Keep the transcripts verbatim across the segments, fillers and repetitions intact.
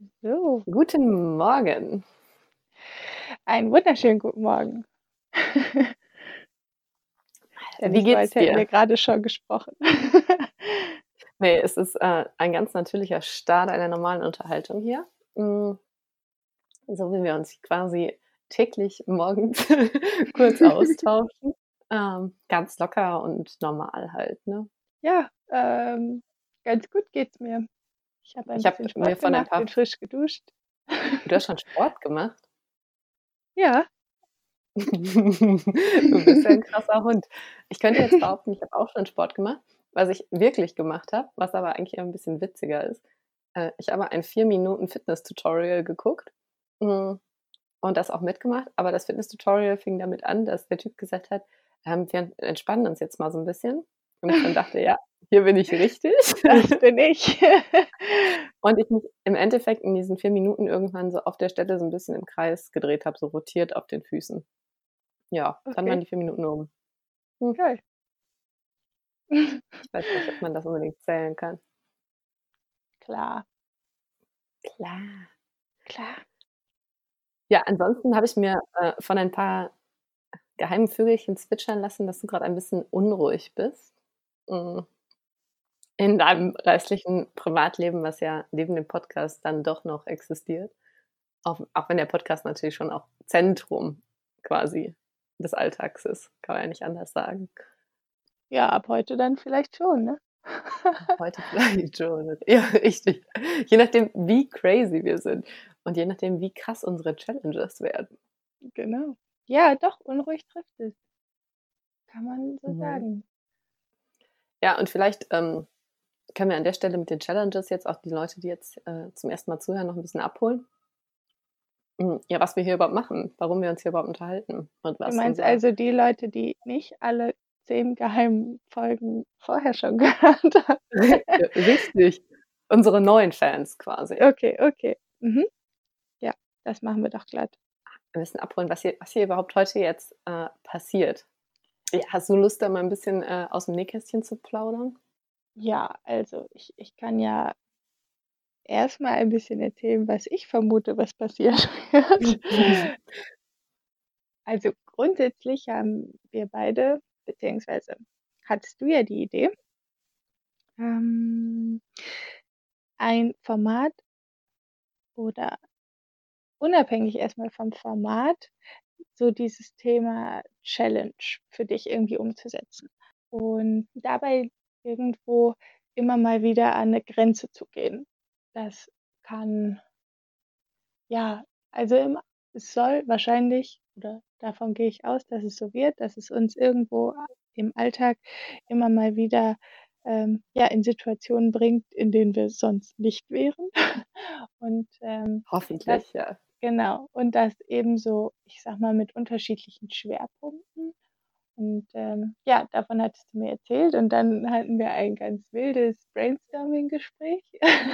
So, Guten Morgen. einen wunderschönen guten Morgen. Ist ja Wie nicht so, als geht's hätten wir dir? gerade schon gesprochen. Ne, es ist, äh, ein ganz natürlicher Start einer normalen Unterhaltung hier. Hm, so wie wir uns quasi täglich morgens kurz austauschen. Ähm, ganz locker und normal halt, ne? Ja, ähm, ganz gut geht's mir. Ich habe ein Ich habe bisschen mir Sport von ein gemacht, bin paar frisch geduscht. Du hast schon Sport gemacht? Ja. Du bist ja 'n krasser Hund. Ich könnte jetzt behaupten, ich habe auch schon Sport gemacht. Was ich wirklich gemacht habe, was aber eigentlich eher 'n bisschen witziger ist, äh, ich habe ein vier Minuten Fitness-Tutorial geguckt, hm, und das auch mitgemacht, aber das Fitness-Tutorial fing damit an, dass der Typ gesagt hat: „Ähm, wir entspannen uns jetzt mal so 'n bisschen.“ Und ich dann dachte: „Ja, hier bin ich richtig.“ Das bin ich. Und ich mich im Endeffekt in diesen vier Minuten irgendwann so auf der Stelle so 'n bisschen im Kreis gedreht habe, so rotiert auf den Füßen. Ja, dann waren Okay, die vier Minuten um. Hm, geil. ich weiß nicht, ob man das unbedingt zählen kann. Klar, Klar. klar. Ja, ansonsten habe ich mir, äh, von ein paar geheimen Vögelchen zwitschern lassen, dass du grad ein bisschen unruhig bist, hm, in deinem restlichen Privatleben, was ja neben dem Podcast dann doch noch existiert. Auch auch wenn der Podcast natürlich schon auch Zentrum quasi des Alltags ist, kann man ja nicht anders sagen. Ja, ab heute dann vielleicht schon, ne? Heute vielleicht schon. Ja, richtig. Je nachdem, wie crazy wir sind und je nachdem, wie krass unsere Challenges werden. Genau. Ja, doch, unruhig trifft es. Kann man so Mhm. sagen. Ja, und vielleicht, ähm, können wir an der Stelle mit den Challenges jetzt auch die Leute, die jetzt, äh, zum ersten Mal zuhören, noch 'n bisschen abholen. Hm, ja, was wir hier überhaupt machen, warum wir uns hier überhaupt unterhalten und Du was meinst unser also die Leute, die nicht alle zehn geheimen Folgen vorher schon gehört haben? richtig, unsere neuen Fans quasi. Okay, okay. Mhm. Ja, das machen wir doch glatt. Wir müssen abholen, was hier was hier überhaupt heute jetzt, äh, passiert. Ja, hast du Lust, da mal 'n bisschen, äh, aus'm Nähkästchen zu plaudern? Ja, also ich ich kann ja erst mal ein bisschen erzählen, was ich vermute, was passieren wird. Also grundsätzlich haben wir beide, beziehungsweise hattest du ja die Idee, ähm, ein Format oder unabhängig erst mal vom Format, so dieses Thema Challenge für dich irgendwie umzusetzen und dabei irgendwo immer mal wieder an 'ne Grenze zu gehen. Das kann ja, also im es soll wahrscheinlich oder davon gehe ich aus, dass es so wird, dass es uns irgendwo im Alltag immer mal wieder, ähm, ja, in Situationen bringt, in denen wir sonst nicht wären. Und, ähm, das Hoffentlich, ja. genau, und das ebenso, ich sage mal, mit unterschiedlichen Schwerpunkten. Und, ähm, ja, davon hattest du mir erzählt und dann hatten wir ein ganz wildes Brainstorming-Gespräch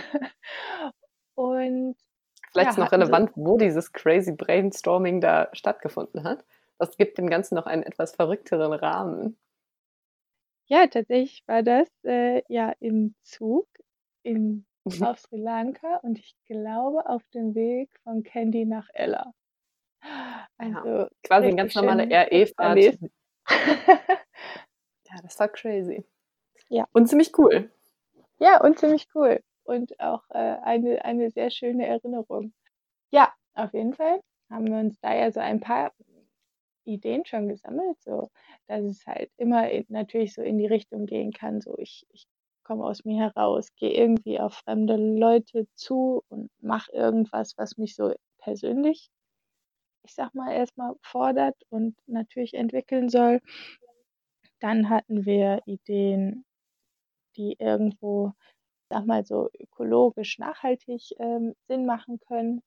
und, Vielleicht ist ja, noch hatten so relevant, wo dieses crazy Brainstorming da stattgefunden hat. Das gibt dem Ganzen noch einen etwas verrückteren Rahmen. ja, tatsächlich war das, äh, ja, im Zug in auf Sri Lanka und ich glaube auf dem Weg von Kandy nach Ella. Ja, Also, quasi 'ne ganz richtig normale schön R E-Fahrt. extramäßig. Ja, das war crazy Ja. und ziemlich cool. Ja, und ziemlich cool und auch, äh, eine eine sehr schöne Erinnerung. Ja, auf jeden Fall haben wir uns da ja so ein paar Ideen schon gesammelt, so dass es halt immer in natürlich so in die Richtung gehen kann, so ich ich komme aus mir heraus, gehe irgendwie auf fremde Leute zu und mache irgendwas, was mich so persönlich, ich sage mal, erst mal fordert und natürlich entwickeln soll. Dann hatten wir Ideen, die irgendwo, sage mal, so ökologisch nachhaltig, ähm, Sinn machen können.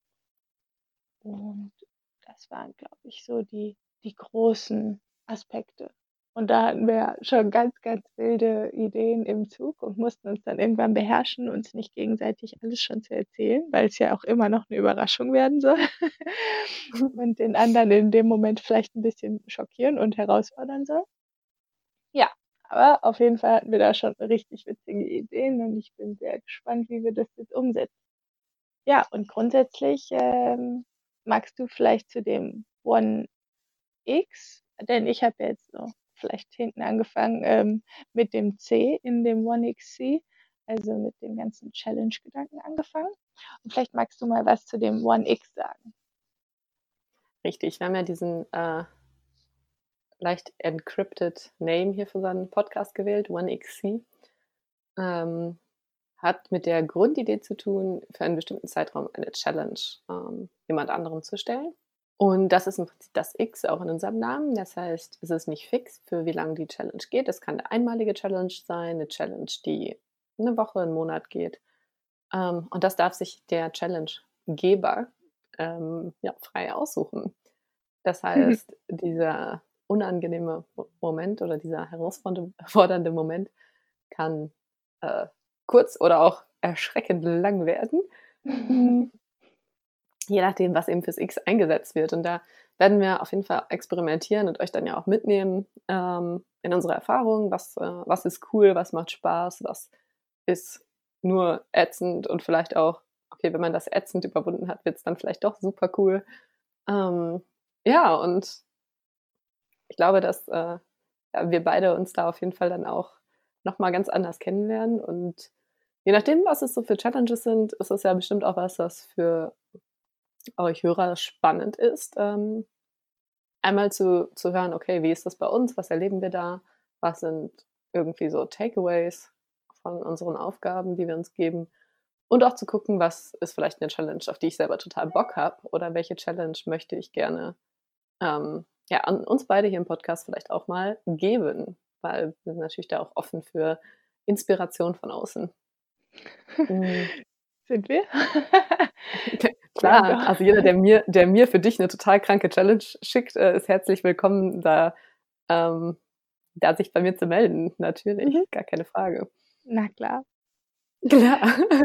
Und das waren, glaube ich, so die die großen Aspekte. Und da hatten wir schon ganz, ganz wilde Ideen im Zug und mussten uns dann irgendwann beherrschen, uns nicht gegenseitig alles schon zu erzählen, weil's ja auch immer noch 'ne Überraschung werden soll und den anderen in dem Moment vielleicht 'n bisschen schockieren und herausfordern soll. Ja, aber auf jeden Fall hatten wir da schon richtig witzige Ideen und ich bin sehr gespannt, wie wir das jetzt umsetzen. Ja, und grundsätzlich ähm, magst du vielleicht zu dem One X, denn ich habe jetzt so vielleicht hinten angefangen ähm, mit dem C in dem One X C, also mit dem ganzen Challenge-Gedanken angefangen. Und vielleicht magst du mal was zu dem One X sagen. Richtig, wir haben ja diesen äh, leicht encrypted Name hier für seinen Podcast gewählt, One X C. Ähm, hat mit der Grundidee zu tun, für einen bestimmten Zeitraum eine Challenge ähm, jemand anderem zu stellen. Und das ist im Prinzip das X auch in unserem Namen. Das heißt, es ist nicht fix, für wie lange die Challenge geht. Es kann eine einmalige Challenge sein, eine Challenge, die eine Woche, einen Monat geht. Ähm, und das darf sich der Challenge-Geber ähm, ja, frei aussuchen. Das heißt, dieser unangenehme Mo- Moment oder dieser herausfordernde Moment kann äh, kurz oder auch erschreckend lang werden. Hm, je nachdem, was eben fürs X eingesetzt wird. Und da werden wir auf jeden Fall experimentieren und euch dann ja auch mitnehmen ähm, in unsere Erfahrungen. Was, äh, was ist cool, was macht Spaß, was ist nur ätzend und vielleicht auch, okay, wenn man das ätzend überwunden hat, wird es dann vielleicht doch super cool. Ähm, ja, und ich glaube, dass äh, ja, wir beide uns da auf jeden Fall dann auch nochmal ganz anders kennenlernen. Und je nachdem, was es so für Challenges sind, ist es ja bestimmt auch was, was für euch Hörer spannend ist. Ähm, einmal zu, zu hören, okay, wie ist das bei uns? Was erleben wir da? Was sind irgendwie so Takeaways von unseren Aufgaben, die wir uns geben? Und auch zu gucken, was ist vielleicht eine Challenge, auf die ich selber total Bock habe oder welche Challenge möchte ich gerne ähm, ja, an uns beide hier im Podcast vielleicht auch mal geben, weil wir sind natürlich da auch offen für Inspiration von außen. Mhm. Sind wir? Ja, Klar, doch. also jeder, der mir, der mir für dich eine total kranke Challenge schickt, äh, ist herzlich willkommen, da, ähm, da sich bei mir zu melden. Mhm. Natürlich, gar keine Frage. Na klar. Klar.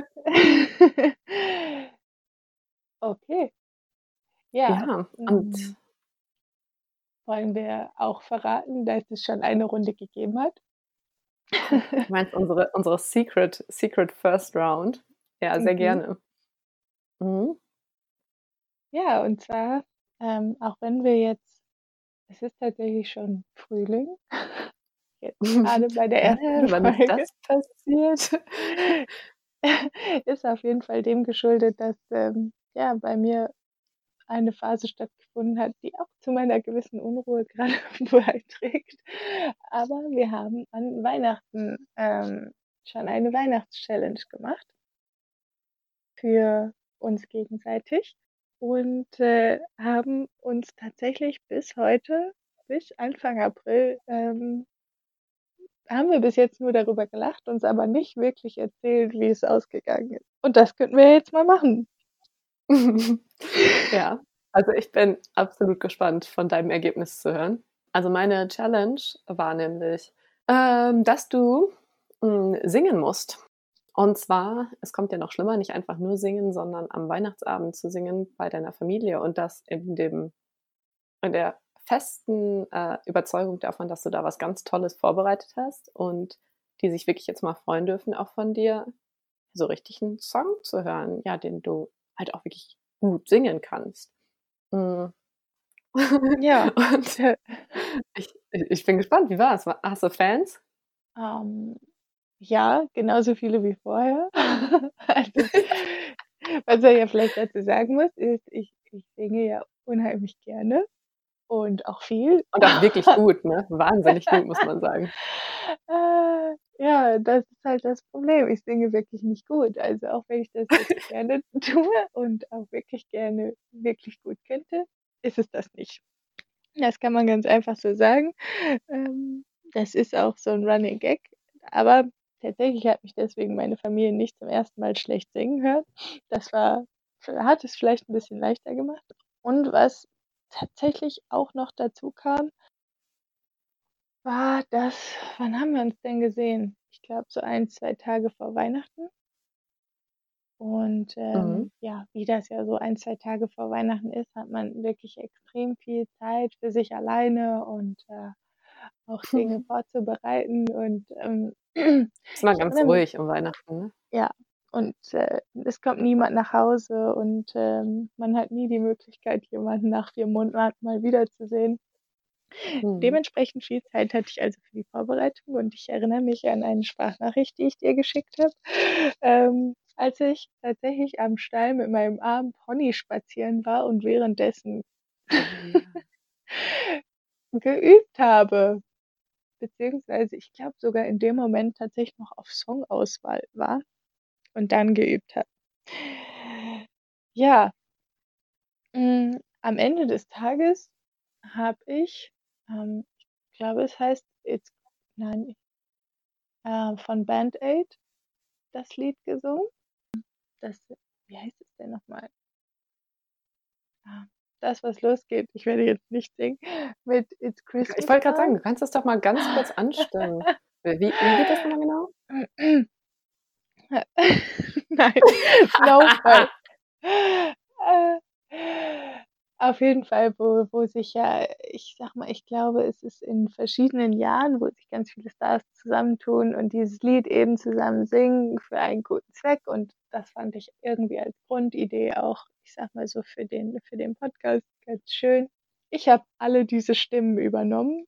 Okay. Ja, Ja, und hm, wollen wir auch verraten, dass es schon eine Runde gegeben hat? du meinst unsere, unsere Secret, Secret First Round? Ja, sehr Mhm. gerne. Mhm. Ja, und zwar, ähm, auch wenn wir jetzt, es ist tatsächlich schon Frühling, jetzt gerade bei der Hä, ersten wann ist Folge, das passiert? ist auf jeden Fall dem geschuldet, dass ähm, ja bei mir eine Phase stattgefunden hat, die auch zu meiner gewissen Unruhe gerade beiträgt. Aber wir haben an Weihnachten ähm, schon eine Weihnachtschallenge gemacht für uns gegenseitig und äh, haben uns tatsächlich bis heute, bis Anfang April, ähm, haben wir bis jetzt nur darüber gelacht, uns aber nicht wirklich erzählt, wie es ausgegangen ist. Und das könnten wir jetzt mal machen. Ja, also ich bin absolut gespannt, von deinem Ergebnis zu hören. Also meine Challenge war nämlich, ähm, dass du hm, singen musst. Und zwar, es kommt ja noch schlimmer, nicht einfach nur singen, sondern am Weihnachtsabend zu singen bei deiner Familie und das in dem in der festen äh, Überzeugung davon, dass du da was ganz Tolles vorbereitet hast und die sich wirklich jetzt mal freuen dürfen, auch von dir so richtig 'n Song zu hören, ja, den du halt auch wirklich gut singen kannst. Mhm. Ja, Und ich ich bin gespannt, wie war's? Wa Hast du Fans? ähm, ja, genauso viele wie vorher. Also, was man ja vielleicht dazu sagen muss, ist, ich ich singe ja unheimlich gerne und auch viel. Und auch wirklich gut, ne? Wahnsinnig gut, muss man sagen. Äh, ja, das ist halt das Problem. Ich singe wirklich nicht gut. Also, auch wenn ich das wirklich gerne tue und auch wirklich gerne wirklich gut könnte, ist es das nicht. Das kann man ganz einfach so sagen. Ähm, das ist auch so 'n Running Gag, aber tatsächlich hat mich deswegen meine Familie nicht zum ersten Mal schlecht singen hören. Das war hat es vielleicht 'n bisschen leichter gemacht. Und was tatsächlich auch noch dazu kam, war das, wann haben wir uns denn gesehen? Ich glaube, so ein, zwei Tage vor Weihnachten. Und, Mhm. ähm, ja, wie das ja so ein, zwei Tage vor Weihnachten ist, hat man wirklich extrem viel Zeit für sich alleine und, äh, auch Dinge vorzubereiten und, ähm, Ist immer ich ganz erinnere mich, ruhig um Weihnachten, ne? ja, und äh, es kommt niemand nach Hause und ähm, man hat nie die Möglichkeit, jemanden nach vier Monaten mal wiederzusehen. Mhm. Dementsprechend viel Zeit hatte ich also für die Vorbereitung und ich erinnere mich an eine Sprachnachricht, die ich dir geschickt habe, ähm, als ich tatsächlich am Stall mit meinem armen Pony spazieren war und währenddessen Oh ja. geübt habe, beziehungsweise ich glaube sogar in dem Moment tatsächlich noch auf Songauswahl war und dann geübt habe. Ja, hm, am Ende des Tages habe ich, ähm, ich glaube, es heißt It's nein, äh, von Band Aid das Lied gesungen. Das wie heißt es denn noch mal? Ah, das, was losgeht, ich werde jetzt nicht singen, mit It's Ich Christmas wollte grad sagen, Time. du kannst das doch mal ganz kurz anstimmen. Wie wie geht das noch mal genau? Nein, Snowfall. Äh, auf jeden Fall, wo wo sich ja ich sage mal, ich glaube, es ist in verschiedenen Jahren, wo sich ganz viele Stars zusammentun und dieses Lied eben zusammen singen für einen guten Zweck und das fand ich irgendwie als Grundidee auch, ich sage mal so, für den für den Podcast ganz schön. Ich habe alle diese Stimmen übernommen.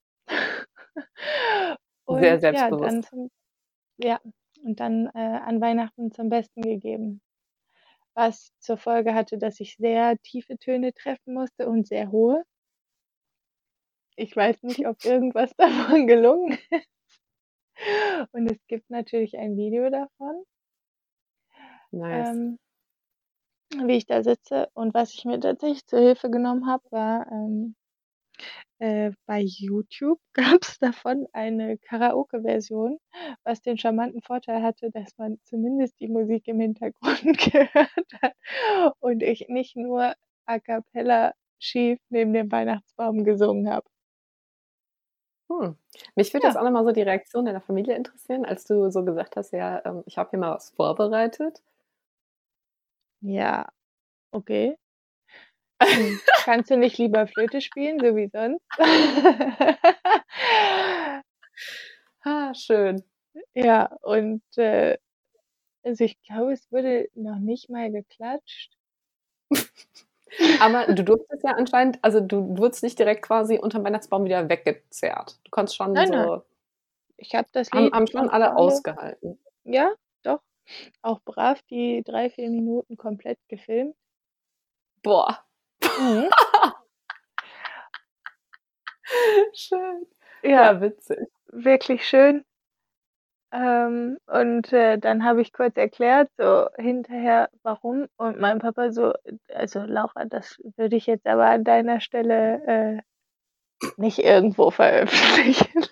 Sehr Und ja, dann selbstbewusst. zum ja, und dann, äh, an Weihnachten zum Besten gegeben. Was zur Folge hatte, dass ich sehr tiefe Töne treffen musste und sehr hohe. Ich weiß nicht, ob irgendwas davon gelungen ist. Und es gibt natürlich ein Video davon, Nice. ähm, wie ich da sitze. Und was ich mir tatsächlich zur Hilfe genommen habe, war, ähm, äh, bei YouTube gab's davon eine Karaoke-Version, was den charmanten Vorteil hatte, dass man zumindest die Musik im Hintergrund gehört hat und ich nicht nur a cappella schief neben dem Weihnachtsbaum gesungen habe. Hm. Mich würde jetzt Ja. auch noch mal so die Reaktion deiner Familie interessieren, als du so gesagt hast: „Ja, ähm, ich habe hier mal was vorbereitet.“ Ja, okay. Hm, kannst du nicht lieber Flöte spielen, so wie sonst? Ah, schön. Ja, und, äh, also, ich glaube, es wurde noch nicht mal geklatscht. Aber du durftest ja anscheinend also, du wurdest nicht direkt quasi unterm Weihnachtsbaum wieder weggezerrt. Du konntest schon Nein, nein, so ich habe das haben Lied haben schon von alle vorne ausgehalten. ja, doch, auch brav die drei vier Minuten komplett gefilmt. Boah, Mhm. schön. Ja, Ja, witzig. wirklich schön. Ähm, und, äh, dann habe ich kurz erklärt, so hinterher, warum und mein Papa so: „Also, Laura, das würde ich jetzt aber an deiner Stelle, äh, nicht irgendwo veröffentlichen.“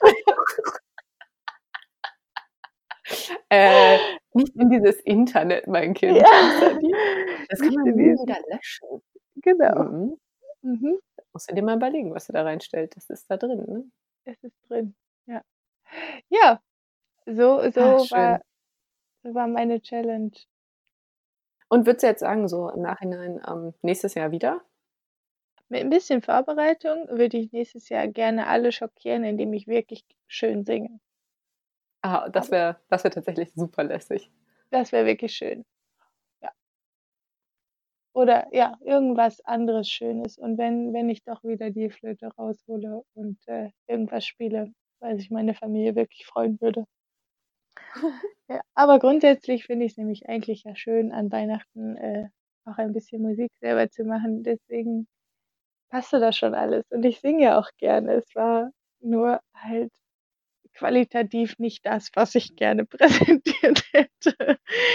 Äh, nicht in dieses Internet, mein Kind, hieß er Ja, dir. Das kann nicht man in nie diesen wieder löschen. genau. Mhm. Mhm. Musst du dir mal überlegen, was du da reinstellt. Das ist da drin, ne? Es ist drin, ja. Ja, so Ah, so schön. war so war meine Challenge. Und würdest du jetzt sagen, so im Nachhinein, ähm, nächstes Jahr wieder? Mit 'n bisschen Vorbereitung würde ich nächstes Jahr gerne alle schockieren, indem ich wirklich schön singe. Ah, das Aber wäre das wäre tatsächlich super lässig. das wäre wirklich schön, ja. Oder ja, irgendwas anderes Schönes. Und wenn wenn ich doch wieder die Flöte raushole und, äh, irgendwas spiele, weil sich meine Familie wirklich freuen würde. Ja, aber grundsätzlich finde ich's nämlich eigentlich ja schön, an Weihnachten, äh, auch ein bisschen Musik selber zu machen. Deswegen passte das schon alles. Und ich singe ja auch gerne. Es war nur halt qualitativ nicht das, was ich gerne präsentiert hätte.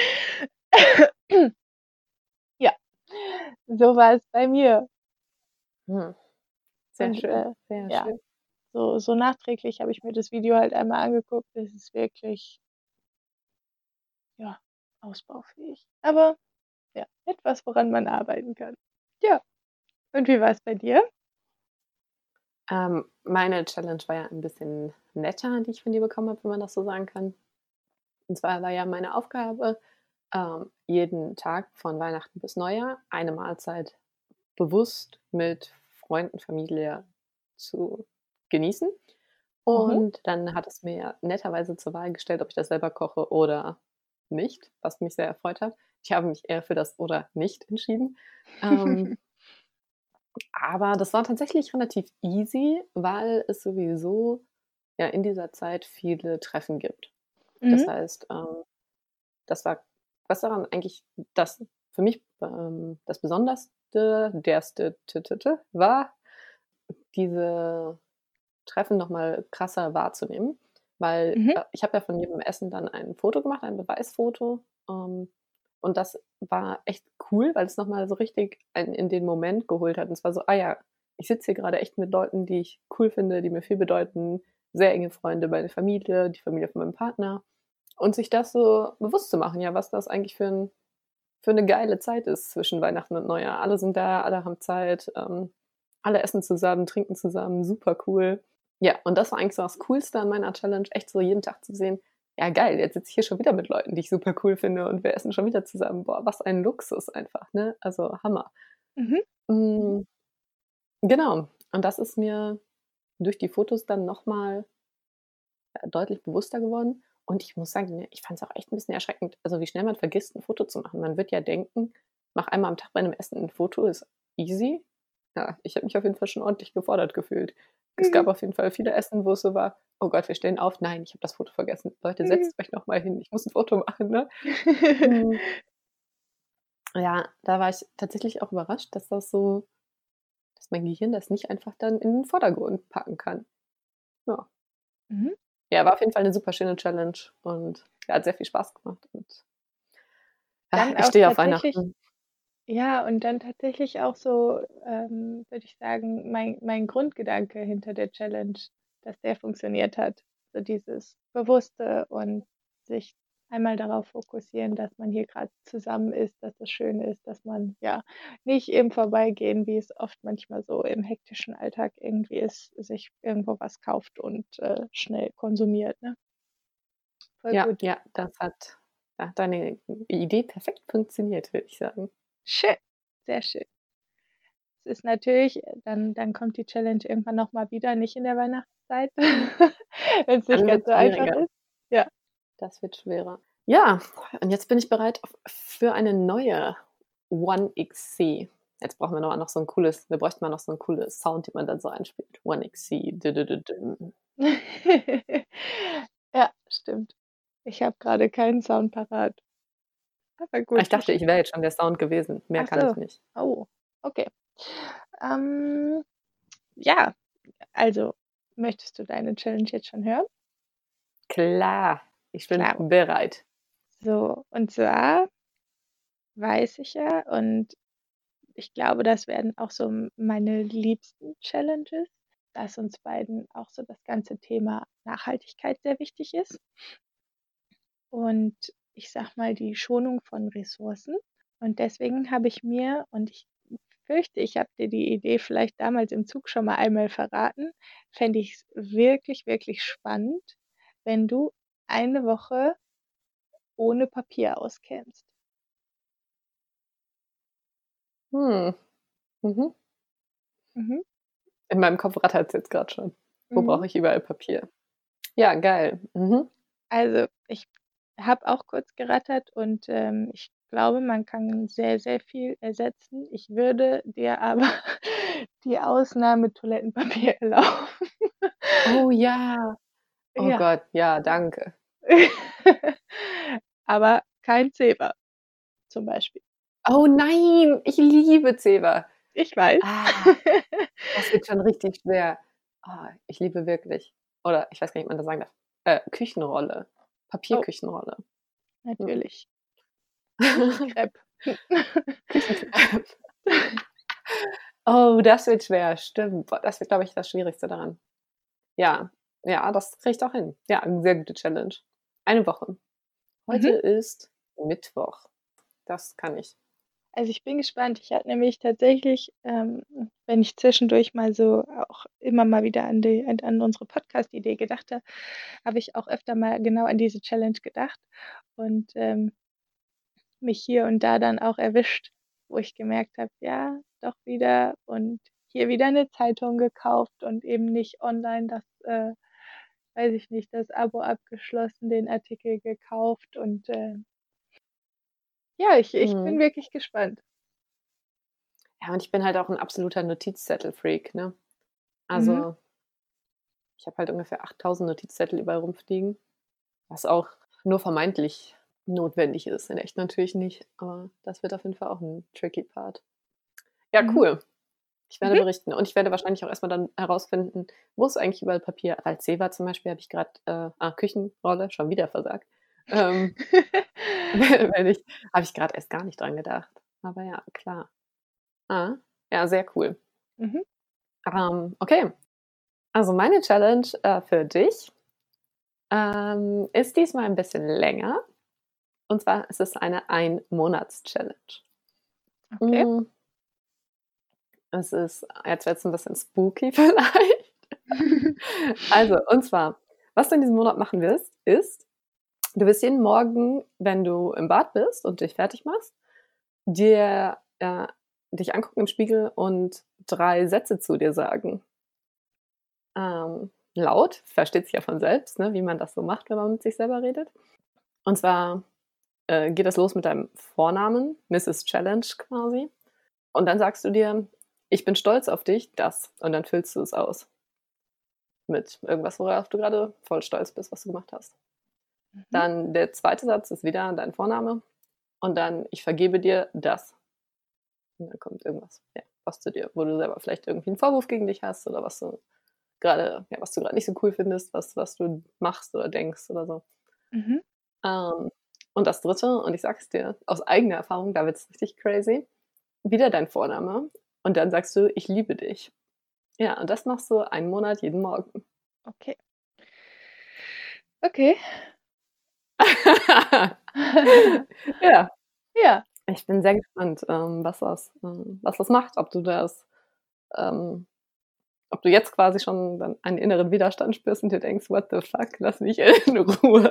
Ja, so war es bei mir. Mhm. Sehr Und, schön, äh, sehr ja, schön. so so nachträglich habe ich mir das Video halt einmal angeguckt. Es ist wirklich ja, ausbaufähig. Aber ja, etwas, woran man arbeiten kann. Ja, und wie war's bei dir? Ähm, meine Challenge war ja ein bisschen netter, die ich von dir bekommen habe, wenn man das so sagen kann. Und zwar war ja meine Aufgabe, ähm, jeden Tag von Weihnachten bis Neujahr eine Mahlzeit bewusst mit Freunden, Familie zu genießen. Mhm. Und dann hat es mir netterweise zur Wahl gestellt, ob ich das selber koche oder nicht, was mich sehr erfreut hat. Ich habe mich eher für das oder nicht entschieden. Ähm, aber das war tatsächlich relativ easy, weil es sowieso ja in dieser Zeit viele Treffen gibt. Das Mhm. heißt, ähm, das war was daran eigentlich das für mich, ähm, das Besonderste, derste t t t war, diese Treffen noch mal krasser wahrzunehmen, weil, Mhm. äh, ich habe ja von jedem Essen dann ein Foto gemacht, ein Beweisfoto, ähm, und das war echt cool, weil es noch mal so richtig einen in den Moment geholt hat. Und es war so: „Ah ja, ich sitze hier grade echt mit Leuten, die ich cool finde, die mir viel bedeuten, sehr enge Freunde, meine Familie, die Familie von meinem Partner.“ Und sich das so bewusst zu machen, ja, was das eigentlich für 'n für 'ne geile Zeit ist zwischen Weihnachten und Neujahr. Alle sind da, alle haben Zeit, ähm, alle essen zusammen, trinken zusammen, super cool. Ja, und das war eigentlich so das Coolste an meiner Challenge, echt so jeden Tag zu sehen: „Ja geil, jetzt sitze ich hier schon wieder mit Leuten, die ich super cool finde und wir essen schon wieder zusammen. Boah, was ein Luxus einfach“, ne? Also Hammer. Mhm. Hm, genau. Und das ist mir durch die Fotos dann noch mal äh, deutlich bewusster geworden. Und ich muss sagen, ne, ich fand's auch echt 'n bisschen erschreckend, also wie schnell man vergisst, 'n Foto zu machen. Man wird ja denken, mach einmal am Tag bei 'nem Essen 'n Foto, ist easy. Ja, ich habe mich auf jeden Fall schon ordentlich gefordert gefühlt. Es Mhm. gab auf jeden Fall viele Essen, wo es so war: „Oh Gott, wir stehen auf. Nein, ich habe das Foto vergessen. Leute, Mhm. setzt euch noch mal hin. Ich muss 'n Foto machen“, ne? Hm. Ja, da war ich tatsächlich auch überrascht, dass das so dass mein Gehirn das nicht einfach dann in 'n Vordergrund packen kann. Ja. Mhm. Ja, war auf jeden Fall 'ne super schöne Challenge und, ja, hat sehr viel Spaß gemacht und ah, Dann ich auch stehe auf tatsächlich Weihnachten. ja, und dann tatsächlich auch so, ähm, würde ich sagen, mein mein Grundgedanke hinter der Challenge, dass der funktioniert hat. So dieses Bewusste und sich einmal darauf fokussieren, dass man hier grad zusammen ist, dass das schön ist, dass man, ja, nicht im Vorbeigehen, wie es oft manchmal so im hektischen Alltag irgendwie ist, sich irgendwo was kauft und, äh, schnell konsumiert, ne? Voll Ja, gut. ja, das hat da hat deine Idee perfekt funktioniert, würde ich sagen. Schön, sehr schön. Es ist natürlich dann dann kommt die Challenge irgendwann noch mal wieder, nicht in der Weihnachtszeit, wenn's nicht Dann ganz wird's so einfach schwieriger. ist. Ja. Das wird schwerer. Ja, und jetzt bin ich bereit f für eine neue One XC. Jetzt brauchen wir noch mal noch so 'n cooles wir bräuchten mal noch so 'n cooles Sound, den man dann so einspielt. One XC. Ja, stimmt. Ich habe grade keinen Sound parat. Aber Ah, gut, ich dachte, ich ich wäre jetzt schon der Sound gewesen. Mehr Ach kann ich so. nicht. Oh, okay. Ähm, ja, also, möchtest du deine Challenge jetzt schon hören? Klar, ich bin Klaro. bereit. So, und zwar weiß ich ja und ich glaube, das werden auch so m meine liebsten Challenges, dass uns beiden auch so das ganze Thema Nachhaltigkeit sehr wichtig ist. Und ich sage mal, die Schonung von Ressourcen. Und deswegen habe ich mir und ich fürchte, ich habe dir die Idee vielleicht damals im Zug schon mal einmal verraten, fände ich's wirklich, wirklich spannend, wenn du eine Woche ohne Papier auskämst. Hm. Mhm. Mhm. In meinem Kopf rattert's jetzt grad schon. Wo Mhm. brauche ich überall Papier? Ja, geil. Mhm. Also, ich habe auch kurz gerattert und, ähm, ich glaube, man kann sehr, sehr viel ersetzen. Ich würde dir aber die Ausnahme Toilettenpapier erlauben. Oh ja. Oh Ja. Gott, ja, danke. Aber kein Zewa zum Beispiel. Oh nein, ich liebe Zewa. Ich weiß. Ah, das wird schon richtig schwer. Ah, ich liebe wirklich oder ich weiß gar nicht, ob man das sagen darf, äh, Küchenrolle, Oh. Papierküchenrolle. Mhm. Natürlich. Küchenkrepp. Küchenkrepp. Oh, das wird schwer, stimmt. Boah, das wird, glaube ich, das Schwierigste daran. Ja, ja, das kriege ich doch hin. Ja, 'ne sehr gute Challenge. Eine Woche. Heute Mhm. ist Mittwoch. Das kann ich. Also, ich bin gespannt. Ich hatte nämlich tatsächlich, ähm, wenn ich zwischendurch mal so auch immer mal wieder an die an an unsere Podcast-Idee gedacht habe, habe ich auch öfter mal genau an diese Challenge gedacht und, ähm mich hier und da dann auch erwischt, wo ich gemerkt habe: „Ja, doch wieder und hier wieder 'ne Zeitung gekauft und eben nicht online das, äh weiß ich nicht, das Abo abgeschlossen, den Artikel gekauft und, äh“ Ja, ich ich bin Mhm. wirklich gespannt. Ja, und ich bin halt auch 'n absoluter Notizzettel-Freak, ne? Mhm. Also ich habe halt ungefähr achttausend Notizzettel überall rumfliegen, was auch nur vermeintlich notwendig ist. In echt natürlich nicht, aber das wird auf jeden Fall auch 'n tricky Part. Ja, Mhm. cool. Ich werde Mhm. berichten und ich werde wahrscheinlich auch erst mal dann herausfinden, wo ist eigentlich überall Papier? Weil Zewa zum Beispiel habe ich grad äh, ah, Küchenrolle, schon wieder versagt. Ähm, wenn ich habe ich grad erst gar nicht dran gedacht. Aber ja, klar. Ah, ja, sehr cool. Mhm. Ähm, okay. Also, meine Challenge, äh, für dich, ähm, ist diesmal 'n bisschen länger. Und zwar ist es eine Ein-Monats-Challenge. Okay. Hm es ist jetzt wird's 'n bisschen spooky vielleicht. Also, und zwar, was du in diesem Monat machen wirst, ist, du wirst jeden Morgen, wenn du im Bad bist und dich fertig machst, dir, äh dich angucken im Spiegel und drei Sätze zu dir sagen. Ähm, laut, versteht sich ja von selbst, ne, wie man das so macht, wenn man mit sich selber redet. Und zwar, äh, geht das los mit deinem Vornamen, Misses Challenge quasi. Und dann sagst du dir: „Ich bin stolz auf dich, dass“ und dann füllst du es aus. Mit irgendwas, worauf du grade voll stolz bist, was du gemacht hast. Mhm. Dann der zweite Satz ist wieder dein Vorname und dann: „Ich vergebe dir das.“ Und dann kommt irgendwas, ja, was du dir wo du selber vielleicht irgendwie 'n Vorwurf gegen dich hast oder was du grade ja, was du grad nicht so cool findest, was was du machst oder denkst oder so. Mhm. Ähm, und das Dritte, und ich sage es dir aus eigener Erfahrung, da wird's richtig crazy, wieder dein Vorname und dann sagst du: „Ich liebe dich.“ Ja, und das machst du einen Monat jeden Morgen. Okay. Okay. Ja. Ja. Ich bin sehr gespannt, ähm, was das ähm, was das macht, ob du das ähm, ob du jetzt quasi schon dann einen inneren Widerstand spürst und dir denkst: „What the fuck, lass mich in Ruhe.“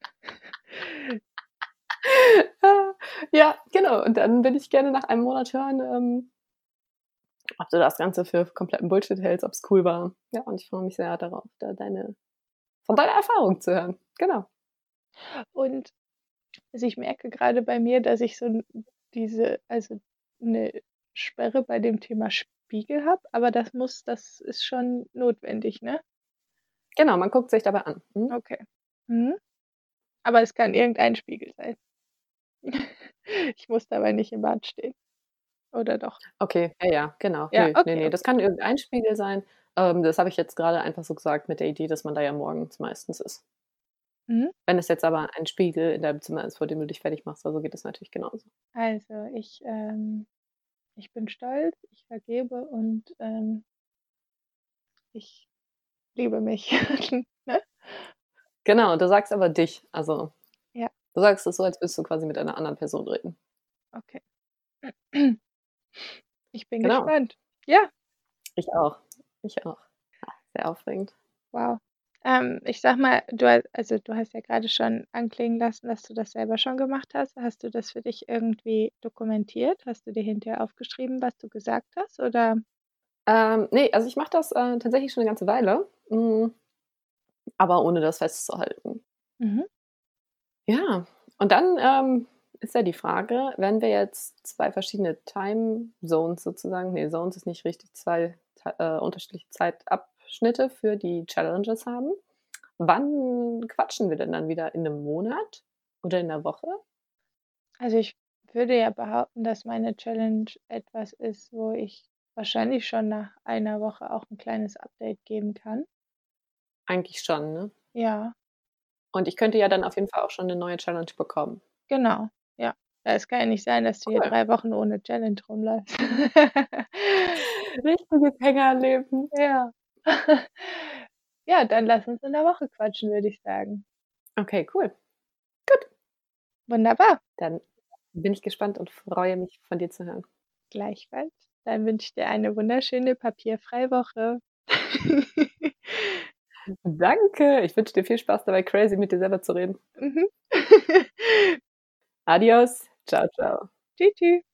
Ja, genau. Und dann würde ich gerne nach einem Monat hören, ähm ob du das Ganze für kompletten Bullshit hältst, ob's cool war. Ja, und ich freue mich sehr darauf, da deine von deiner Erfahrung zu hören. Genau. Und also, ich merke grade bei mir, dass ich so 'n diese also, 'ne Sperre bei dem Thema Spiegel habe, aber das muss das ist schon notwendig, ne? Genau, man guckt sich dabei an. Mhm. Okay. Mhm. Aber es kann irgendein Spiegel sein. Ich muss dabei nicht im Bad stehen. Oder doch? Okay, ja, ja, genau. Ja, Nö, ne, okay, ne, das okay. kann irgendein Spiegel sein. Ähm, das habe ich jetzt grade einfach so gesagt mit der Idee, dass man da ja morgens meistens ist. Mhm. Wenn es jetzt aber ein Spiegel in deinem Zimmer ist, vor dem du dich fertig machst, also, geht das natürlich genauso. Also, ich ähm, ich bin stolz, ich vergebe und, ähm ich liebe mich, ne? Genau, du sagst aber dich. Also, Ja. du sagst es so, als würdest du quasi mit einer anderen Person reden. Okay. Ich bin Genau. gespannt. Ja. Ich auch. Ich auch. Ah, sehr aufregend. Wow. Ähm, ich sage mal, du ha also, du hast ja grade schon anklingen lassen, dass du das selber schon gemacht hast. Hast du das für dich irgendwie dokumentiert? Hast du dir hinterher aufgeschrieben, was du gesagt hast, oder? Ähm, ne, also, ich mache das, äh, tatsächlich schon 'ne ganze Weile, hm, aber ohne das festzuhalten. Mhm. Ja, und dann, ähm, ist ja die Frage, wenn wir jetzt zwei verschiedene Timezones sozusagen ne, Zones ist nicht richtig, zwei T äh, unterschiedliche Zeitabschnitte für die Challenges haben. Wann quatschen wir denn dann wieder? In 'nem Monat oder in 'ner Woche? Also, ich würde ja behaupten, dass meine Challenge etwas ist, wo ich wahrscheinlich schon nach einer Woche auch 'n kleines Update geben kann. Eigentlich schon, ne? Ja. Und ich könnte ja dann auf jeden Fall auch schon 'ne neue Challenge bekommen. Genau, ja. Ja, es kann ja nicht sein, dass du hier Cool. drei Wochen ohne Challenge rumläufst. Richtiges Hängerleben. Ja. Ja, dann lass uns in 'ner Woche quatschen, würde ich sagen. Okay, cool. Gut. Wunderbar. Dann bin ich gespannt und freue mich, von dir zu hören. Gleichfalls. Dann wünsche ich dir eine wunderschöne papierfreie Woche. Danke. Ich wünsche dir viel Spaß dabei, crazy mit dir selber zu reden. Mhm. Adios. Tschau, tschau. Tschü tschü.